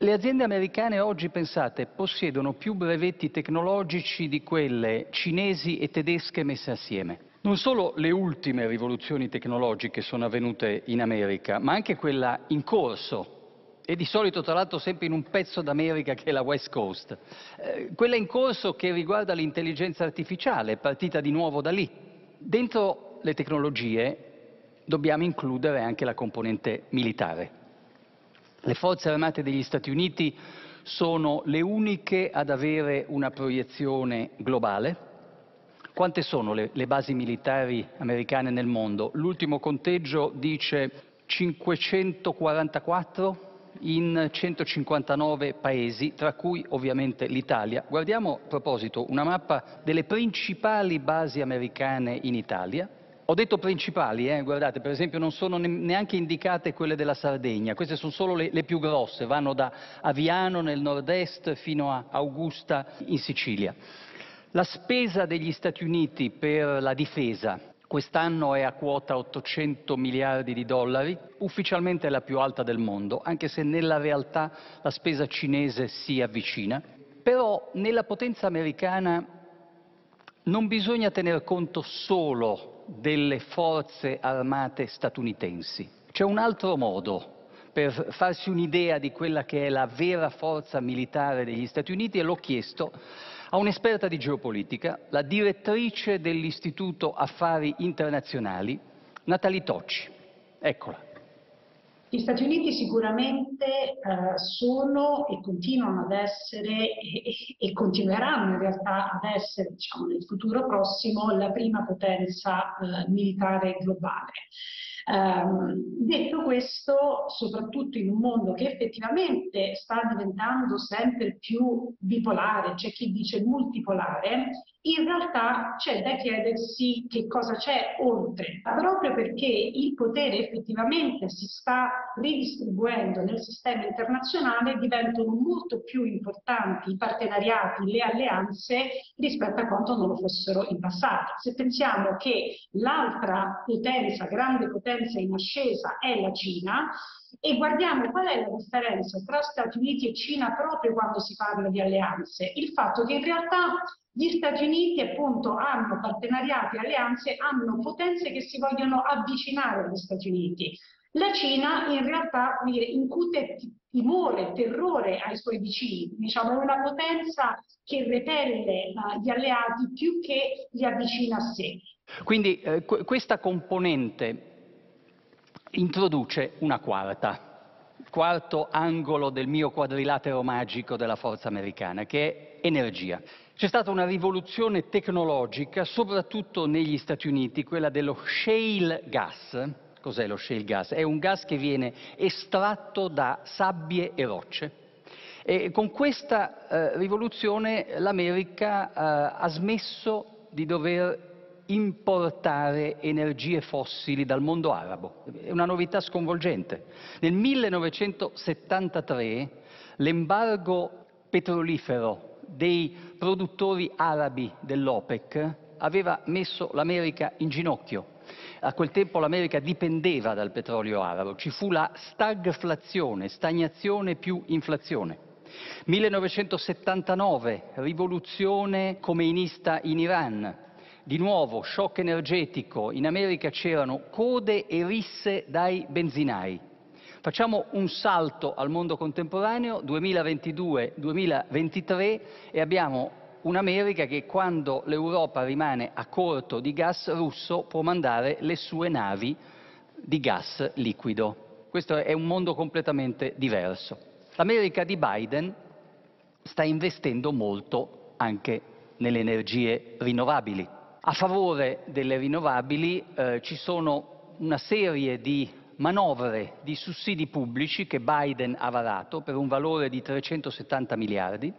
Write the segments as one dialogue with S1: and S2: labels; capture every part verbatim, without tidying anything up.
S1: Le aziende americane oggi, pensate, possiedono più brevetti tecnologici di quelle cinesi e tedesche messe assieme. Non solo le ultime rivoluzioni tecnologiche sono avvenute in America, ma anche quella in corso, e di solito tra l'altro sempre in un pezzo d'America che è la West Coast. Eh, quella in corso che riguarda l'intelligenza artificiale, è partita di nuovo da lì. Dentro le tecnologie dobbiamo includere anche la componente militare. Le forze armate degli Stati Uniti sono le uniche ad avere una proiezione globale. Quante sono le, le basi militari americane nel mondo? L'ultimo conteggio dice cinquecentoquarantaquattro in centocinquantanove paesi, tra cui ovviamente l'Italia. Guardiamo, a proposito, una mappa delle principali basi americane in Italia. Ho detto principali, eh? Guardate, per esempio non sono neanche indicate quelle della Sardegna, queste sono solo le, le più grosse, vanno da Aviano nel nord-est fino a Augusta in Sicilia. La spesa degli Stati Uniti per la difesa quest'anno è a quota ottocento miliardi di dollari, ufficialmente è la più alta del mondo, anche se nella realtà la spesa cinese si avvicina. Però nella potenza americana non bisogna tener conto solo delle forze armate statunitensi. C'è un altro modo per farsi un'idea di quella che è la vera forza militare degli Stati Uniti e l'ho chiesto a un'esperta di geopolitica, la direttrice dell'Istituto Affari Internazionali, Nathalie Tocci. Eccola.
S2: Gli Stati Uniti sicuramente eh, sono e continuano ad essere e, e continueranno in realtà ad essere, diciamo, nel futuro prossimo, la prima potenza eh, militare globale. Um, detto questo, soprattutto in un mondo che effettivamente sta diventando sempre più bipolare, c'è chi dice multipolare, in realtà c'è da chiedersi che cosa c'è oltre, proprio perché il potere effettivamente si sta ridistribuendo nel sistema internazionale, diventano molto più importanti i partenariati, le alleanze rispetto a quanto non lo fossero in passato. Se pensiamo che l'altra potenza, grande potenza in ascesa è la Cina, e guardiamo qual è la differenza tra Stati Uniti e Cina proprio quando si parla di alleanze, il fatto che in realtà gli Stati Uniti appunto hanno partenariati, alleanze, hanno potenze che si vogliono avvicinare agli Stati Uniti. La Cina in realtà, come dire, incute timore, terrore ai suoi vicini, diciamo è una potenza che repelle uh, gli alleati più che li avvicina a sé.
S1: Quindi eh, questa componente introduce una quarta, il quarto angolo del mio quadrilatero magico della forza americana, che è energia. C'è stata una rivoluzione tecnologica, soprattutto negli Stati Uniti, quella dello shale gas. Cos'è lo shale gas? È un gas che viene estratto da sabbie e rocce. E con questa eh, rivoluzione l'America eh, ha smesso di dover importare energie fossili dal mondo arabo. È una novità sconvolgente. Nel millenovecentosettantatré l'embargo petrolifero dei produttori arabi dell'OPEC aveva messo l'America in ginocchio. A quel tempo l'America dipendeva dal petrolio arabo, ci fu la stagflazione, stagnazione più inflazione. millenovecentosettantanove, rivoluzione khomeinista in Iran. Di nuovo, shock energetico, in America c'erano code e risse dai benzinai. Facciamo un salto al mondo contemporaneo, duemilaventidue duemilaventitré, e abbiamo un'America che quando l'Europa rimane a corto di gas russo può mandare le sue navi di gas liquido. Questo è un mondo completamente diverso. L'America di Biden sta investendo molto anche nelle energie rinnovabili. A favore delle rinnovabili eh, ci sono una serie di manovre di sussidi pubblici che Biden ha varato per un valore di trecentosettanta miliardi.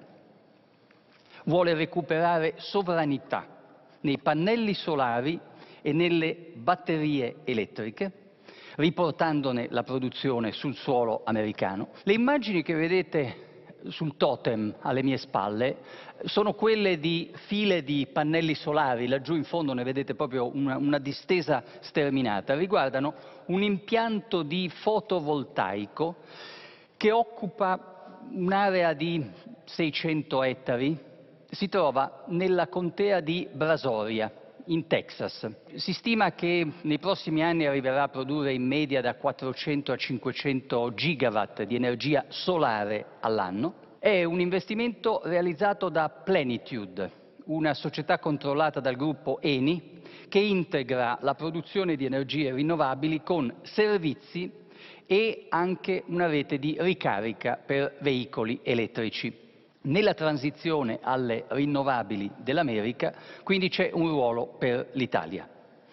S1: Vuole recuperare sovranità nei pannelli solari e nelle batterie elettriche, riportandone la produzione sul suolo americano. Le immagini che vedete sul totem alle mie spalle sono quelle di file di pannelli solari, laggiù in fondo ne vedete proprio una, una distesa sterminata, riguardano un impianto di fotovoltaico che occupa un'area di seicento ettari, si trova nella contea di Brazoria, in Texas. Si stima che nei prossimi anni arriverà a produrre in media da quattrocento a cinquecento gigawatt di energia solare all'anno. È un investimento realizzato da Plenitude, una società controllata dal gruppo Eni, che integra la produzione di energie rinnovabili con servizi e anche una rete di ricarica per veicoli elettrici. Nella transizione alle rinnovabili dell'America, quindi, c'è un ruolo per l'Italia.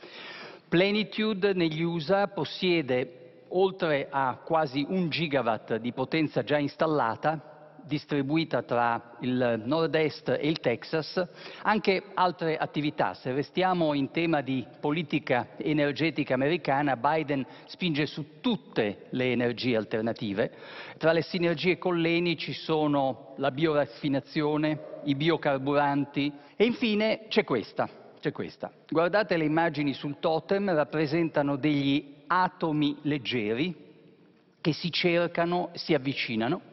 S1: Plenitude negli U S A possiede, oltre a quasi un gigawatt di potenza già installata, distribuita tra il nord-est e il Texas, anche altre attività. Se restiamo in tema di politica energetica americana, Biden spinge su tutte le energie alternative. Tra le sinergie con l'Eni ci sono la bioraffinazione, i biocarburanti e infine c'è questa, c'è questa. Guardate le immagini sul totem, rappresentano degli atomi leggeri che si cercano, si avvicinano.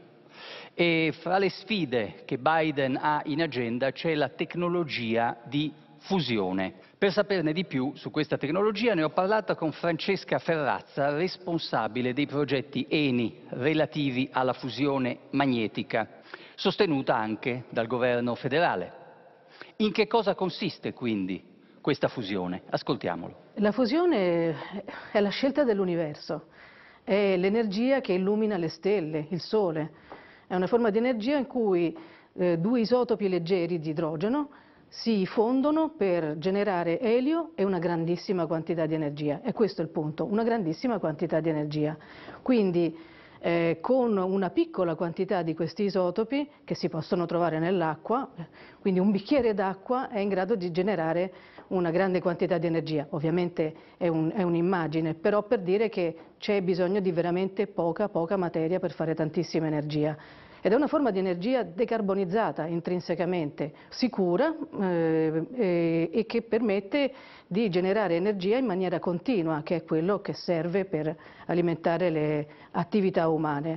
S1: E fra le sfide che Biden ha in agenda c'è la tecnologia di fusione. Per saperne di più su questa tecnologia ne ho parlato con Francesca Ferrazza, responsabile dei progetti Eni relativi alla fusione magnetica, sostenuta anche dal governo federale. In che cosa consiste quindi questa fusione? Ascoltiamolo.
S3: La fusione è la scelta dell'universo, è l'energia che illumina le stelle, il Sole. È una forma di energia in cui eh, due isotopi leggeri di idrogeno si fondono per generare elio e una grandissima quantità di energia. E questo è il punto, una grandissima quantità di energia. Quindi eh, con una piccola quantità di questi isotopi, che si possono trovare nell'acqua, quindi un bicchiere d'acqua è in grado di generare una grande quantità di energia. Ovviamente è un'immagine, un però per dire che c'è bisogno di veramente poca, poca materia per fare tantissima energia. Ed è una forma di energia decarbonizzata intrinsecamente, sicura eh, e, e che permette di generare energia in maniera continua, che è quello che serve per alimentare le attività umane.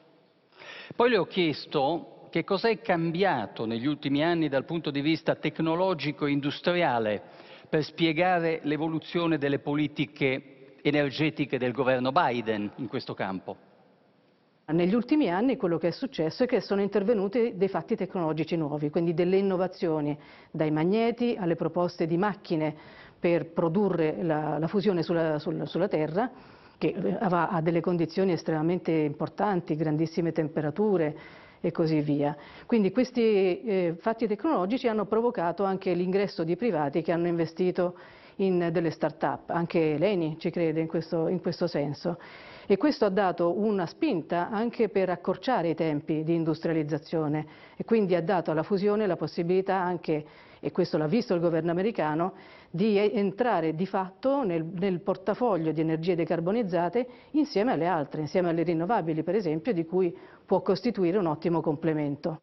S1: Poi le ho chiesto che cosa è cambiato negli ultimi anni dal punto di vista tecnologico e industriale per spiegare l'evoluzione delle politiche energetiche del governo Biden in questo campo.
S3: Negli ultimi anni quello che è successo è che sono intervenuti dei fatti tecnologici nuovi, quindi delle innovazioni, dai magneti alle proposte di macchine per produrre la, la fusione sulla, sulla, sulla Terra, che ha, ha delle condizioni estremamente importanti, grandissime temperature e così via. Quindi questi eh, fatti tecnologici hanno provocato anche l'ingresso di privati che hanno investito in delle start-up, anche l'Eni ci crede in questo, in questo senso. E questo ha dato una spinta anche per accorciare i tempi di industrializzazione e quindi ha dato alla fusione la possibilità anche, e questo l'ha visto il governo americano, di entrare di fatto nel, nel portafoglio di energie decarbonizzate insieme alle altre, insieme alle rinnovabili per esempio, di cui può costituire un ottimo complemento.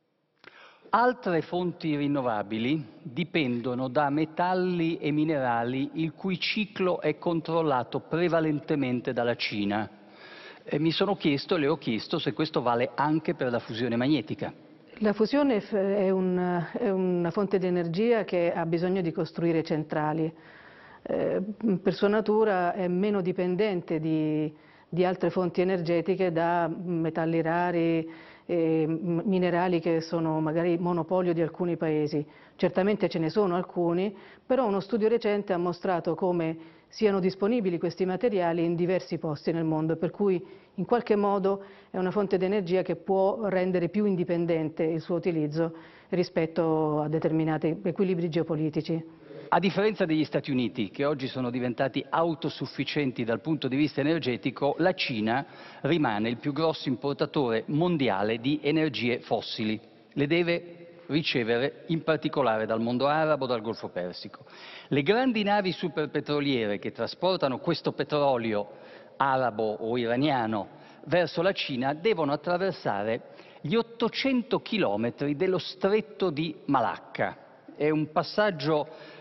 S1: Altre fonti rinnovabili dipendono da metalli e minerali il cui ciclo è controllato prevalentemente dalla Cina. E mi sono chiesto, le ho chiesto, se questo vale anche per la fusione magnetica.
S3: La fusione è, un, è una fonte di energia che ha bisogno di costruire centrali. Eh, per sua natura è meno dipendente di, di altre fonti energetiche, da metalli rari, eh, minerali che sono magari monopolio di alcuni paesi. Certamente ce ne sono alcuni, però uno studio recente ha mostrato come siano disponibili questi materiali in diversi posti nel mondo, per cui in qualche modo è una fonte di energia che può rendere più indipendente il suo utilizzo rispetto a determinati equilibri geopolitici.
S1: A differenza degli Stati Uniti, che oggi sono diventati autosufficienti dal punto di vista energetico, la Cina rimane il più grosso importatore mondiale di energie fossili. Le deve ricevere in particolare dal mondo arabo, dal Golfo Persico. Le grandi navi superpetroliere che trasportano questo petrolio arabo o iraniano verso la Cina devono attraversare gli ottocento chilometri dello stretto di Malacca. È un passaggio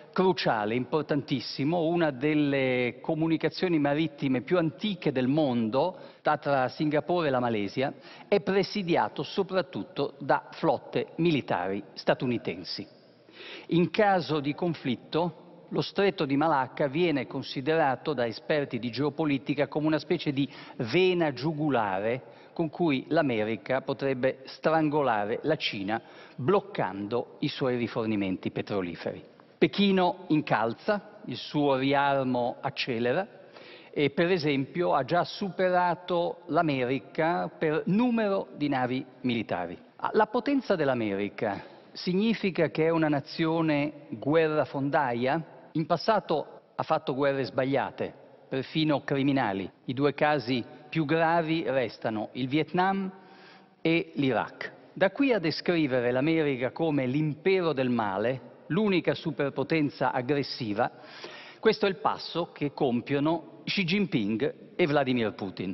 S1: cruciale, importantissimo, una delle comunicazioni marittime più antiche del mondo, tra Singapore e la Malesia, è presidiato soprattutto da flotte militari statunitensi. In caso di conflitto, lo Stretto di Malacca viene considerato da esperti di geopolitica come una specie di vena giugulare con cui l'America potrebbe strangolare la Cina bloccando i suoi rifornimenti petroliferi. Pechino incalza, il suo riarmo accelera e per esempio ha già superato l'America per numero di navi militari. La potenza dell'America significa che è una nazione guerrafondaia? In passato ha fatto guerre sbagliate, perfino criminali. I due casi più gravi restano il Vietnam e l'Iraq. Da qui a descrivere l'America come l'impero del male, l'unica superpotenza aggressiva, questo è il passo che compiono Xi Jinping e Vladimir Putin.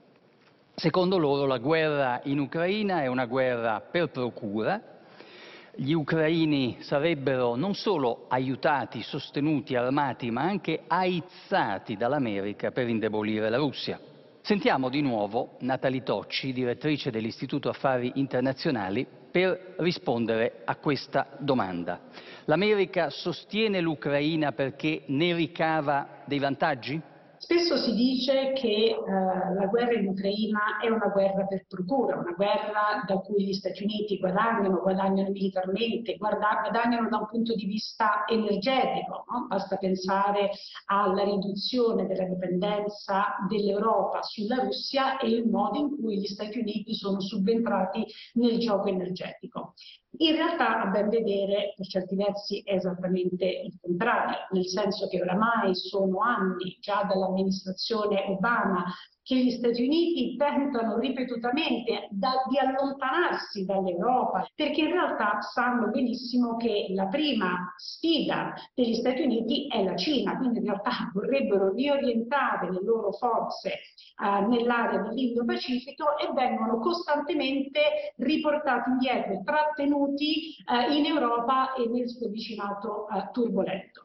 S1: Secondo loro la guerra in Ucraina è una guerra per procura. Gli ucraini sarebbero non solo aiutati, sostenuti, armati, ma anche aizzati dall'America per indebolire la Russia. Sentiamo di nuovo Nathalie Tocci, direttrice dell'Istituto Affari Internazionali, per rispondere a questa domanda. L'America sostiene l'Ucraina perché ne ricava dei vantaggi?
S2: Spesso si dice che eh, la guerra in Ucraina è una guerra per procura, una guerra da cui gli Stati Uniti guadagnano, guadagnano militarmente, guarda, guadagnano da un punto di vista energetico, no? Basta pensare alla riduzione della dipendenza dell'Europa sulla Russia e il modo in cui gli Stati Uniti sono subentrati nel gioco energetico. In realtà, a ben vedere, per certi versi è esattamente il contrario, nel senso che oramai sono anni, già dall'amministrazione Obama, che gli Stati Uniti tentano ripetutamente da, di allontanarsi dall'Europa, perché in realtà sanno benissimo che la prima sfida degli Stati Uniti è la Cina, quindi in realtà vorrebbero riorientare le loro forze uh, nell'area dell'Indo-Pacifico e vengono costantemente riportati indietro e trattenuti uh, in Europa e nel suo vicinato uh, turbolento.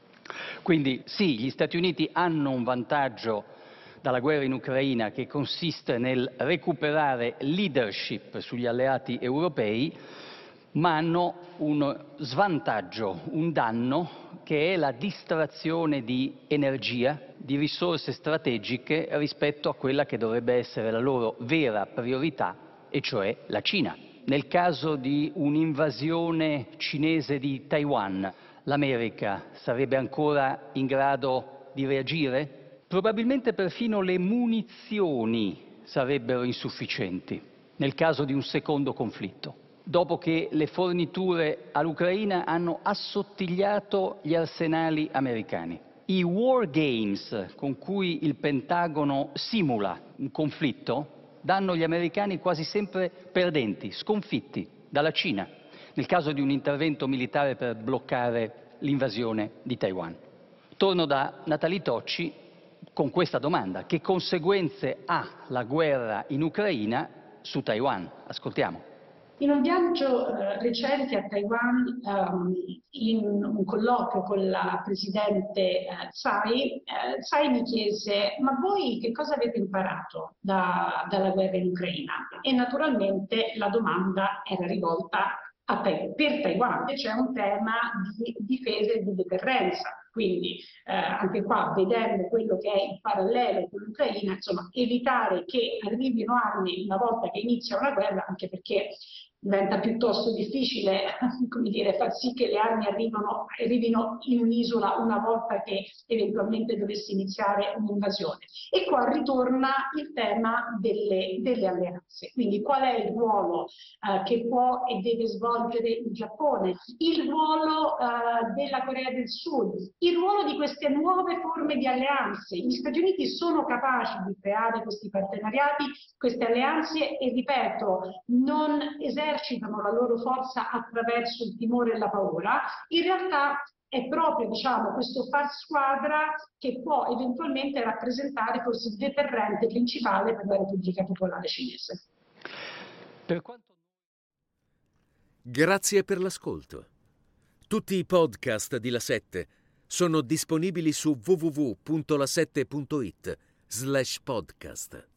S1: Quindi sì, gli Stati Uniti hanno un vantaggio dalla guerra in Ucraina che consiste nel recuperare leadership sugli alleati europei, ma hanno un svantaggio, un danno, che è la distrazione di energia, di risorse strategiche rispetto a quella che dovrebbe essere la loro vera priorità, e cioè la Cina. Nel caso di un'invasione cinese di Taiwan, l'America sarebbe ancora in grado di reagire? Probabilmente perfino le munizioni sarebbero insufficienti nel caso di un secondo conflitto, dopo che le forniture all'Ucraina hanno assottigliato gli arsenali americani. I war games con cui il Pentagono simula un conflitto danno gli americani quasi sempre perdenti, sconfitti dalla Cina, nel caso di un intervento militare per bloccare l'invasione di Taiwan. Torno da Nathalie Tocci con questa domanda: che conseguenze ha la guerra in Ucraina su Taiwan? Ascoltiamo.
S2: In un viaggio eh, recente a Taiwan, um, in un colloquio con la presidente eh, Tsai, eh, Tsai mi chiese: ma voi che cosa avete imparato da, dalla guerra in Ucraina? E naturalmente la domanda era rivolta a Taiwan. Per Taiwan c'è un tema di difesa e di deterrenza. Quindi eh, anche qua, vedendo quello che è il parallelo con l'Ucraina, insomma, evitare che arrivino armi una volta che inizia una guerra, anche perché diventa piuttosto difficile, come dire, far sì che le armi arrivino, arrivino in un'isola una volta che eventualmente dovesse iniziare un'invasione. E qua ritorna il tema delle, delle alleanze. Quindi qual è il ruolo eh, che può e deve svolgere il Giappone, il ruolo eh, della Corea del Sud, il ruolo di queste nuove forme di alleanze. Gli Stati Uniti sono capaci di creare questi partenariati, queste alleanze e, ripeto, non esercitano la loro forza attraverso il timore e la paura. In realtà è proprio, diciamo, questo far squadra che può eventualmente rappresentare forse il deterrente principale per la Repubblica Popolare Cinese.
S1: Per quanto...
S4: Grazie per l'ascolto. Tutti i podcast di La Sette sono disponibili su w w w punto la sette punto it slash podcast.